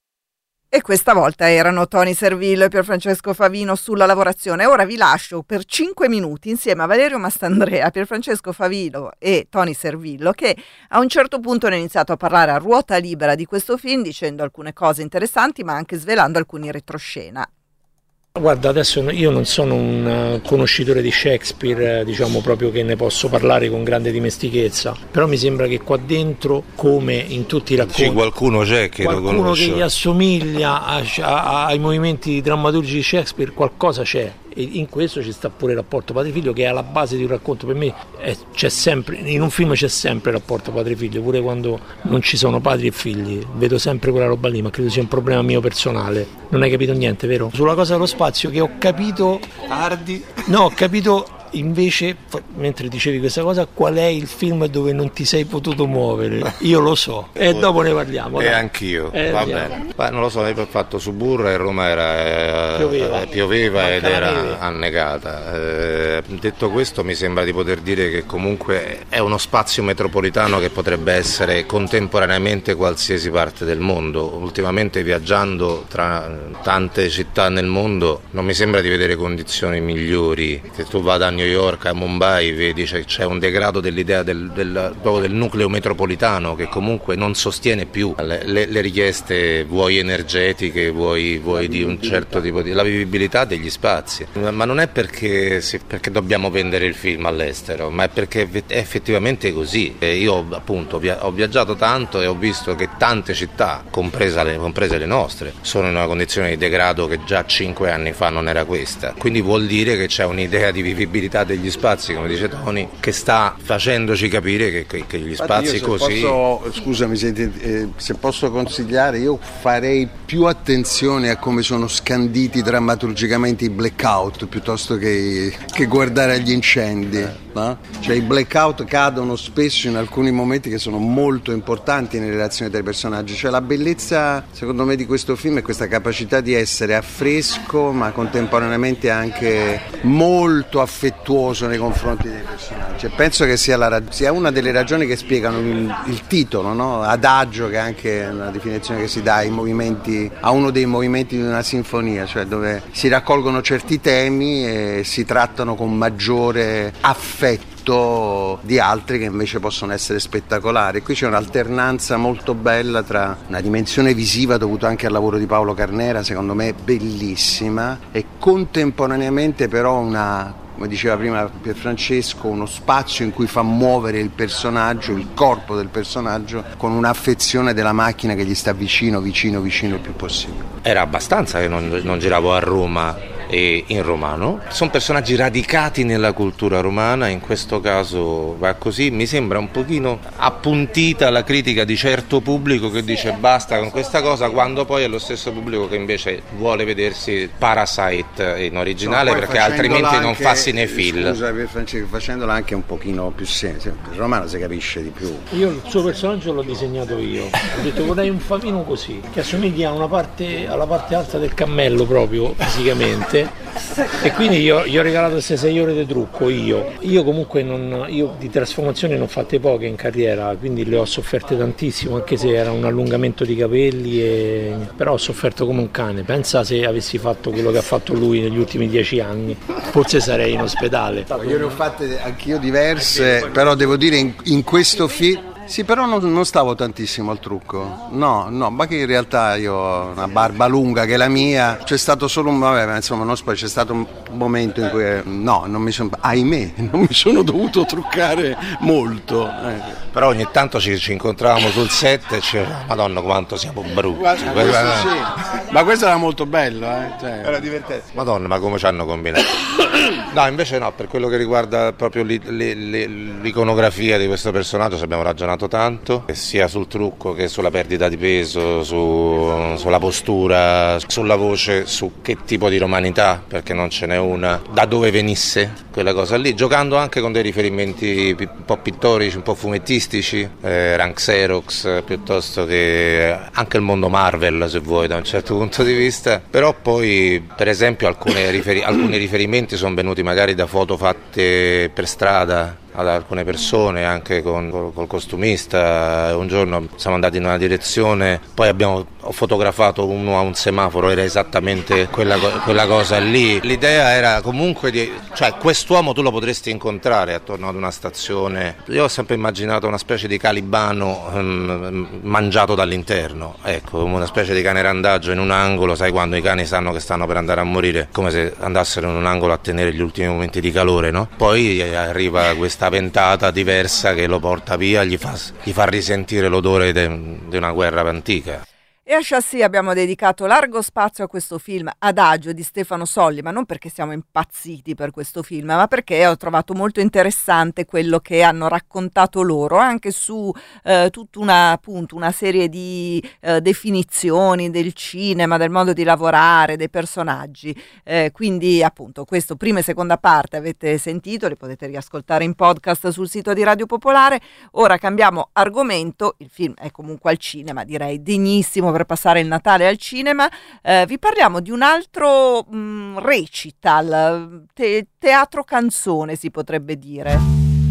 E questa volta erano Tony Servillo e Pierfrancesco Favino sulla lavorazione. Ora vi lascio per 5 minuti insieme a Valerio Mastandrea, Pierfrancesco Favino e Tony Servillo, che a un certo punto hanno iniziato a parlare a ruota libera di questo film, dicendo alcune cose interessanti ma anche svelando alcuni retroscena. Guarda, adesso io non sono un conoscitore di Shakespeare, diciamo proprio che ne posso parlare con grande dimestichezza, però mi sembra che qua dentro, come in tutti i racconti, sì, qualcuno c'è che lo conosce, qualcuno che gli assomiglia ai movimenti drammaturgici di Shakespeare, qualcosa c'è. E in questo ci sta pure il rapporto padre-figlio, che è alla base di un racconto. Per me c'è sempre, in un film c'è sempre il rapporto padre-figlio, pure quando non ci sono padri e figli, vedo sempre quella roba lì, ma credo sia un problema mio personale. Non hai capito niente, vero? Sulla cosa dello spazio, che ho capito tardi. No, ho capito invece, mentre dicevi questa cosa, qual è il film dove non ti sei potuto muovere? Io lo so, e dopo ne parliamo. E anch'io, va bene. Ma non lo so, avevo fatto su Burra e Roma pioveva ed era annegata. Detto questo, mi sembra di poter dire che comunque è uno spazio metropolitano che potrebbe essere contemporaneamente qualsiasi parte del mondo. Ultimamente, viaggiando tra tante città nel mondo, non mi sembra di vedere condizioni migliori. Se tu vada a New York, a Mumbai, vedi c'è un degrado dell'idea proprio del nucleo metropolitano, che comunque non sostiene più le richieste, vuoi energetiche, vuoi di un certo tipo di la vivibilità degli spazi. Ma non è perché dobbiamo vendere il film all'estero, ma è perché è effettivamente così. Io appunto ho viaggiato tanto e ho visto che tante città, comprese le nostre, sono in una condizione di degrado che già 5 anni fa non era questa. Quindi vuol dire che c'è un'idea di vivibilità l'affettività degli spazi, come dice Tony, che sta facendoci capire che gli spazi così... Scusami, se posso consigliare, io farei più attenzione a come sono scanditi drammaturgicamente i blackout piuttosto che guardare agli incendi, no? Cioè i blackout cadono spesso in alcuni momenti che sono molto importanti nelle relazioni tra i personaggi. Cioè la bellezza, secondo me, di questo film è questa capacità di essere affresco ma contemporaneamente anche molto affettuoso nei confronti dei personaggi. E penso che sia una delle ragioni che spiegano il titolo, no? Adagio, che è anche una definizione che si dà ai movimenti, a uno dei movimenti di una sinfonia, cioè dove si raccolgono certi temi e si trattano con maggiore affetto di altri che invece possono essere spettacolari. Qui c'è un'alternanza molto bella tra una dimensione visiva dovuta anche al lavoro di Paolo Carnera, secondo me bellissima, e contemporaneamente però come diceva prima Pierfrancesco, uno spazio in cui fa muovere il personaggio, il corpo del personaggio, con un'affezione della macchina che gli sta vicino il più possibile. Era abbastanza che non giravo a Roma e in romano. Sono personaggi radicati nella cultura romana, in questo caso va così. Mi sembra un pochino appuntita la critica di certo pubblico che dice basta con questa cosa, quando poi è lo stesso pubblico che invece vuole vedersi Parasite in originale, perché altrimenti non fa cinefil. Scusa Francesco, facendola anche un pochino più semplice, il romano si capisce di più. Io il suo personaggio l'ho disegnato io, ho detto vorrei un famino così, che assomiglia alla parte alta del cammello proprio fisicamente, e quindi io ho regalato queste 6 ore di trucco. Io comunque io di trasformazioni ne ho fatte poche in carriera, quindi le ho sofferte tantissimo, anche se era un allungamento di capelli, però ho sofferto come un cane. Pensa se avessi fatto quello che ha fatto lui negli ultimi 10 anni, forse sarei in ospedale. Io ne ho fatte anch'io diverse, però devo dire in questo film sì, però non stavo tantissimo al trucco, no, ma che in realtà io ho una barba lunga che è la mia, c'è stato solo c'è stato un momento in cui ahimè, non mi sono dovuto truccare molto. Però ogni tanto ci incontravamo sul set e dicevamo, Madonna quanto siamo brutti. Ma questo era molto bello, cioè... Era divertente. Madonna, ma come ci hanno combinato? No, invece no, per quello che riguarda proprio l'iconografia di questo personaggio ci abbiamo ragionato tanto, sia sul trucco che sulla perdita di peso, sulla postura, sulla voce, su che tipo di romanità, perché non ce n'è una, da dove venisse quella cosa lì, giocando anche con dei riferimenti un po' pittorici, un po' fumettistici, Rank Xerox, piuttosto che anche il mondo Marvel, se vuoi, da un certo punto di vista. Però poi, per esempio, alcuni riferimenti sono venuti magari da foto fatte per strada ad alcune persone, anche col costumista. Un giorno siamo andati in una direzione, poi ho fotografato uno a un semaforo, era esattamente quella cosa lì. L'idea era comunque cioè quest'uomo tu lo potresti incontrare attorno ad una stazione. Io ho sempre immaginato una specie di calibano mangiato dall'interno, ecco, una specie di cane randagio in un angolo, sai quando i cani sanno che stanno per andare a morire, come se andassero in un angolo a tenere gli ultimi momenti di calore, no? Poi arriva questa ventata diversa che lo porta via, gli fa risentire l'odore di una guerra antica. E a Chassis abbiamo dedicato largo spazio a questo film Adagio di Stefano Solli, ma non perché siamo impazziti per questo film, ma perché ho trovato molto interessante quello che hanno raccontato loro, anche su tutta una serie di definizioni del cinema, del modo di lavorare, dei personaggi. Quindi appunto questo prima e seconda parte avete sentito, li potete riascoltare in podcast sul sito di Radio Popolare. Ora cambiamo argomento, il film è comunque al cinema, direi degnissimo per passare il Natale al cinema. Vi parliamo di un altro recital, teatro canzone si potrebbe dire.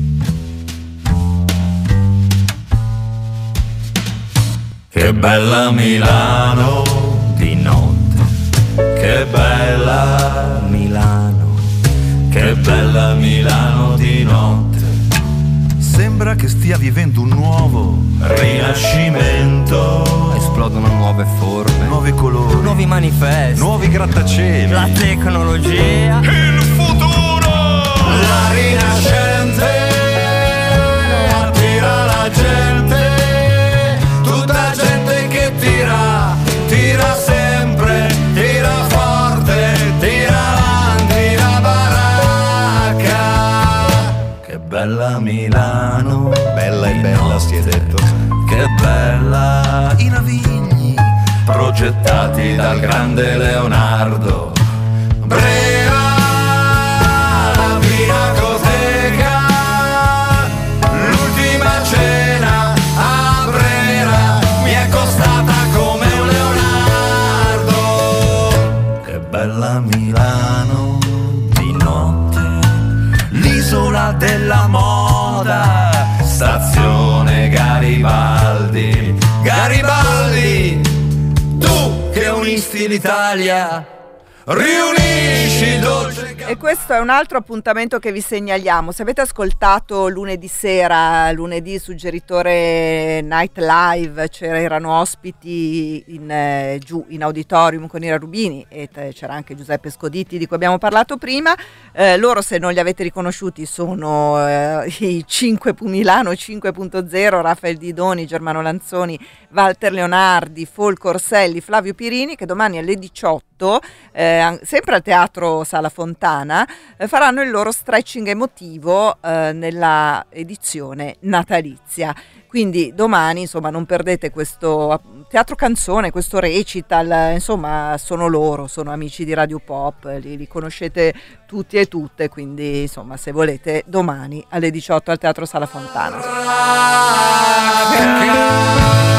Che bella Milano di notte, che bella Milano, che bella Milano di notte. Sembra che stia vivendo un nuovo rinascimento. Esplodono nuove forme, nuovi colori, nuovi manifesti, nuovi grattacieli, la tecnologia, il futuro, la rinascente attira la gente, tutta gente che tira sempre, tira forte, tira avanti la baracca. progettati dal grande Leonardo. Brera, la pinacoteca, l'ultima cena a Brera mi è costata come un Leonardo. Che bella Milano di notte, l'isola della moda, stazione Garibaldi. Garibaldi, tu che unisti l'Italia, riunisci dolce. E questo è un altro appuntamento che vi segnaliamo. Se avete ascoltato lunedì sera, lunedì suggeritore Night Live, erano ospiti giù in auditorium con Ira Rubini e c'era anche Giuseppe Scoditi di cui abbiamo parlato prima. Loro, se non li avete riconosciuti, sono i 5 Milano 5.0, Raffaele Didoni, Germano Lanzoni, Walter Leonardi, Folco Orselli, Flavio Pirini, che domani alle 18 sempre al Teatro Sala Fontana faranno il loro stretching emotivo nella edizione natalizia. Quindi domani, insomma, non perdete questo teatro canzone, questo recital, insomma, sono loro, sono amici di Radio Pop, li conoscete tutti e tutte, quindi insomma, se volete, domani alle 18 al Teatro Sala Fontana.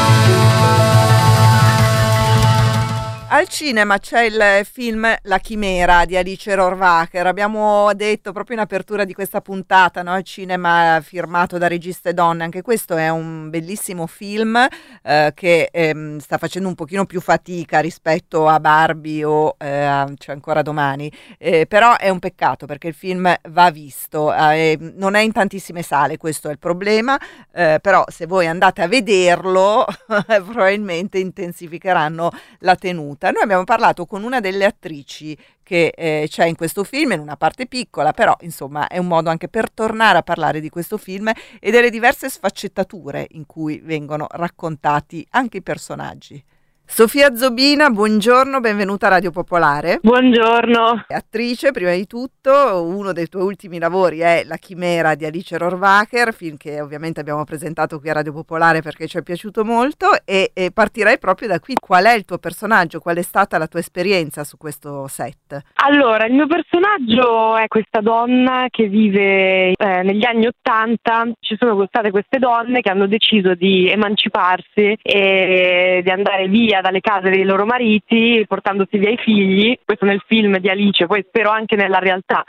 Al cinema c'è il film La Chimera di Alice Rohrwacher. Abbiamo detto proprio in apertura di questa puntata, no? Il cinema firmato da registe donne. Anche questo è un bellissimo film che sta facendo un pochino più fatica rispetto a Barbie o C'è ancora domani, però è un peccato perché il film va visto, non è in tantissime sale, questo è il problema, però se voi andate a vederlo probabilmente intensificheranno la tenuta. Noi abbiamo parlato con una delle attrici che c'è in questo film, in una parte piccola, però insomma è un modo anche per tornare a parlare di questo film e delle diverse sfaccettature in cui vengono raccontati anche i personaggi. Sofia Zobina, buongiorno, benvenuta a Radio Popolare. Buongiorno. Attrice, prima di tutto, uno dei tuoi ultimi lavori è La Chimera di Alice Rohrwacher, film che ovviamente abbiamo presentato qui a Radio Popolare perché ci è piaciuto molto e partirei proprio da qui. Qual è il tuo personaggio? Qual è stata la tua esperienza su questo set? Allora, il mio personaggio è questa donna che vive negli anni '80. Ci sono state queste donne che hanno deciso di emanciparsi e di andare via dalle case dei loro mariti portandosi via i figli. Questo nel film di Alice, poi spero anche nella realtà.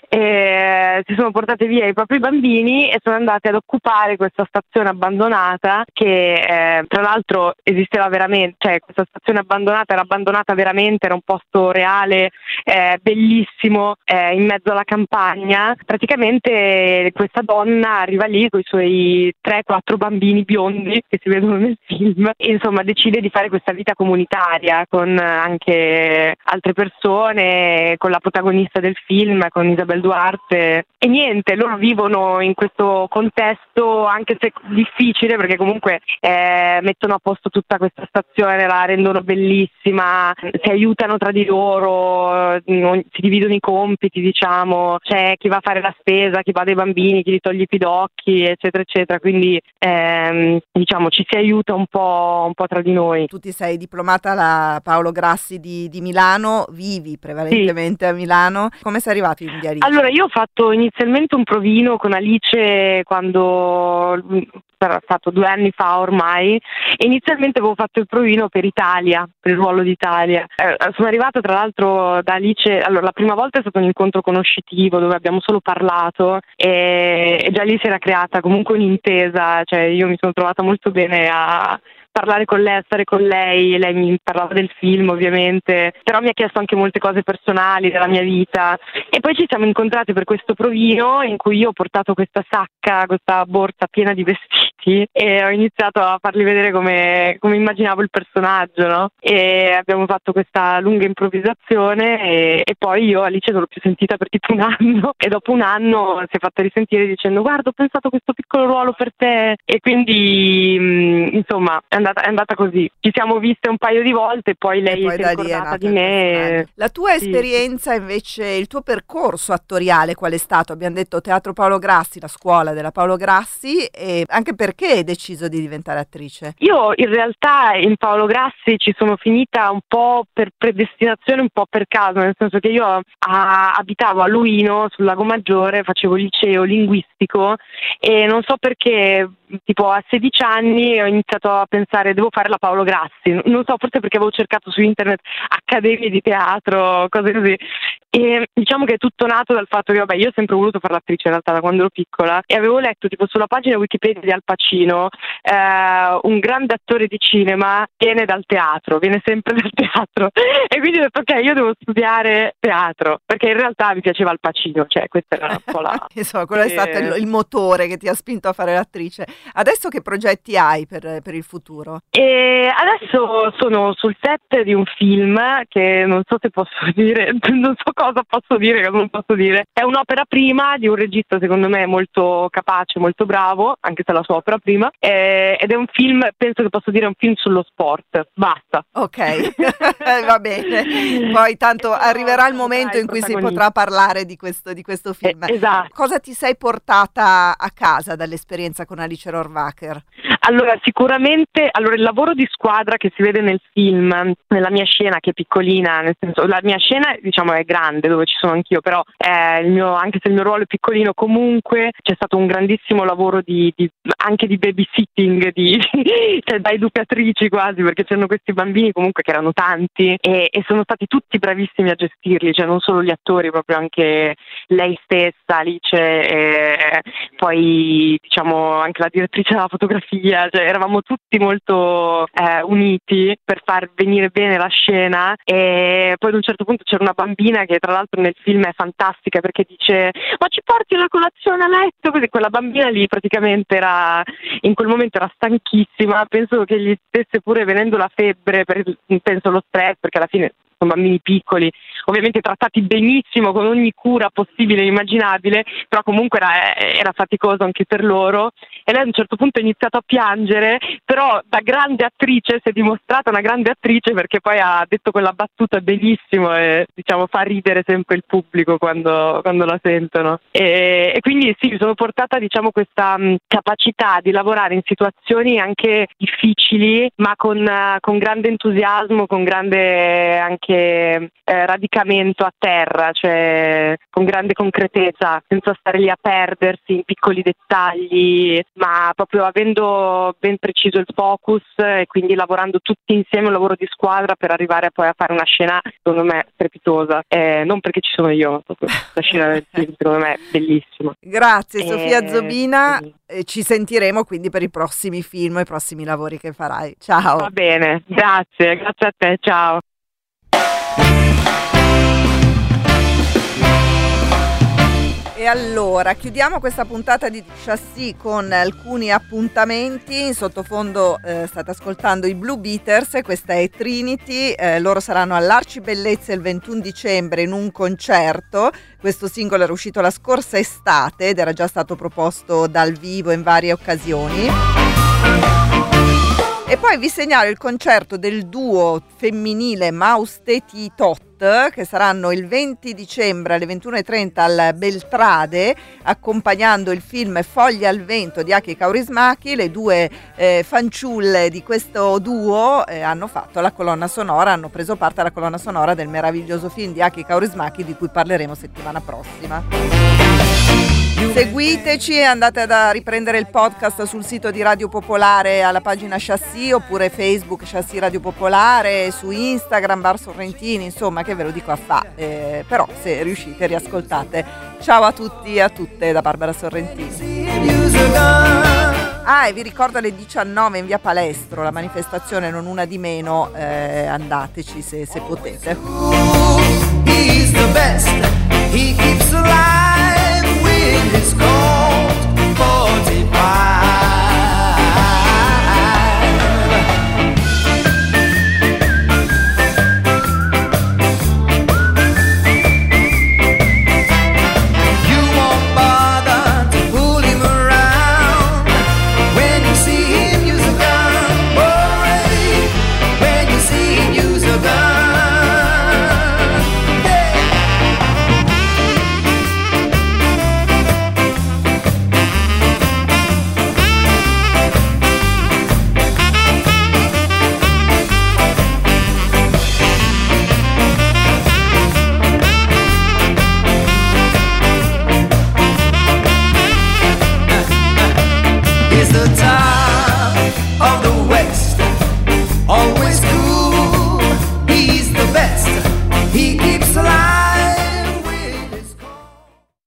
Si sono portate via i propri bambini e sono andate ad occupare questa stazione abbandonata che tra l'altro esisteva veramente, cioè questa stazione abbandonata era abbandonata veramente, era un posto reale, bellissimo, in mezzo alla campagna. Praticamente questa donna arriva lì con i suoi 3-4 bambini biondi che si vedono nel film e insomma decide di fare questa vita comunitaria con anche altre persone, con la protagonista del film, con Isabel Duarte, e niente, loro vivono in questo contesto anche se difficile perché comunque mettono a posto tutta questa stazione, la rendono bellissima, si aiutano tra di loro, si dividono i compiti, diciamo, c'è chi va a fare la spesa, chi va dai bambini, chi li toglie i pidocchi, eccetera eccetera, quindi diciamo ci si aiuta un po' tra di noi. Tu ti sei diplomata alla Paolo Grassi di Milano, vivi prevalentemente a Milano, come sei arrivato in Alice? Allora io ho fatto inizialmente un provino con Alice quando era stato 2 anni fa ormai, e inizialmente avevo fatto il provino per Italia, per il ruolo d'Italia. Sono arrivata tra l'altro da Alice, allora la prima volta è stato un incontro conoscitivo dove abbiamo solo parlato e già lì si era creata comunque un'intesa, cioè io mi sono trovata molto bene a parlare con lei, a stare con lei mi parlava del film ovviamente, però mi ha chiesto anche molte cose personali della mia vita e poi ci siamo incontrati per questo provino in cui io ho portato questa sacca, questa borsa piena di vestiti e ho iniziato a fargli vedere come immaginavo il personaggio, no? E abbiamo fatto questa lunga improvvisazione e poi io Alice non l'ho più sentita per tipo un anno e dopo un anno si è fatta risentire dicendo guarda ho pensato a questo piccolo ruolo per te e quindi insomma è andata così. Ci siamo viste un paio di volte e poi lei si è ricordata di me. La tua esperienza invece, il tuo percorso attoriale qual è stato? Abbiamo detto Teatro Paolo Grassi, la scuola della Paolo Grassi, e anche per perché hai deciso di diventare attrice? Io in realtà in Paolo Grassi ci sono finita un po' per predestinazione, un po' per caso, nel senso che io abitavo a Luino, sul Lago Maggiore, facevo il liceo linguistico e non so perché, tipo a 16 anni ho iniziato a pensare devo fare la Paolo Grassi, non so, forse perché avevo cercato su internet accademie di teatro, cose così. E diciamo che è tutto nato dal fatto che io ho sempre voluto fare l'attrice in realtà da quando ero piccola e avevo letto tipo sulla pagina Wikipedia di Al Pacino un grande attore di cinema viene sempre dal teatro e quindi ho detto ok, io devo studiare teatro perché in realtà mi piaceva Al Pacino, cioè questa era un po' la... Insomma, quello è stato il motore che ti ha spinto a fare l'attrice. Adesso che progetti hai per il futuro? E adesso sono sul set di un film che non so se posso dire, non so cosa posso dire, cosa non posso dire. È un'opera prima di un regista secondo me molto capace, molto bravo, anche se è la sua opera prima, ed è un film, penso che posso dire, un film sullo sport. Basta. Ok, va bene. Poi tanto arriverà il momento in cui si potrà parlare di questo film. Esatto. Cosa ti sei portata a casa dall'esperienza con Alice Rohrwacher? Allora, sicuramente il lavoro di squadra che si vede nel film, nella mia scena che è piccolina, nel senso, la mia scena diciamo è grande dove ci sono anch'io, però anche se il mio ruolo è piccolino, comunque c'è stato un grandissimo lavoro anche di babysitting, cioè da educatrici quasi, perché c'erano questi bambini comunque che erano tanti e sono stati tutti bravissimi a gestirli, cioè non solo gli attori, proprio anche lei stessa, Alice, e poi diciamo anche la direttrice della fotografia, cioè eravamo tutti molto uniti per far venire bene la scena. E poi ad un certo punto c'era una bambina che tra l'altro nel film è fantastica perché dice ma ci porti una colazione a letto, così quella bambina lì praticamente in quel momento era stanchissima, penso che gli stesse pure venendo la febbre, penso lo stress, perché alla fine sono bambini piccoli, ovviamente trattati benissimo con ogni cura possibile e immaginabile, però comunque era faticoso anche per loro e lei a un certo punto ha iniziato a piangere, però da grande attrice si è dimostrata una grande attrice perché poi ha detto quella battuta bellissimo e diciamo fa ridere sempre il pubblico quando la sentono e quindi sì, mi sono portata diciamo questa capacità di lavorare in situazioni anche difficili ma con grande entusiasmo, con grande anche radicamento a terra, cioè con grande concretezza, senza stare lì a perdersi in piccoli dettagli, ma proprio avendo ben preciso il focus e quindi lavorando tutti insieme, un lavoro di squadra per arrivare poi a fare una scena secondo me strepitosa, non perché ci sono io, ma proprio la scena del film secondo me è bellissima. Grazie Sofia Zobina, ci sentiremo quindi per i prossimi film e i prossimi lavori che farai. Ciao. Va bene, grazie a te, ciao. E allora, chiudiamo questa puntata di Chassis con alcuni appuntamenti. In sottofondo state ascoltando i Blue Beaters, questa è Trinity, loro saranno all'Arcibellezza il 21 dicembre in un concerto. Questo singolo era uscito la scorsa estate ed era già stato proposto dal vivo in varie occasioni. E poi vi segnalo il concerto del duo femminile Mausteti Tot, che saranno il 20 dicembre alle 21:30 al Beltrade, accompagnando il film Foglie al vento di Aki Kaurismäki. Le due fanciulle di questo duo hanno fatto la colonna sonora, hanno preso parte alla colonna sonora del meraviglioso film di Aki Kaurismäki di cui parleremo settimana prossima. Seguiteci, andate a riprendere il podcast sul sito di Radio Popolare alla pagina Chassis, oppure Facebook Chassis Radio Popolare, su Instagram Bar Sorrentini, insomma, che ve lo dico a fa, però se riuscite riascoltate. Ciao a tutti e a tutte da Barbara Sorrentini. E vi ricordo alle 19 in via Palestro la manifestazione Non Una di Meno, andateci se potete. He's the best, he keeps alive with his cold 45.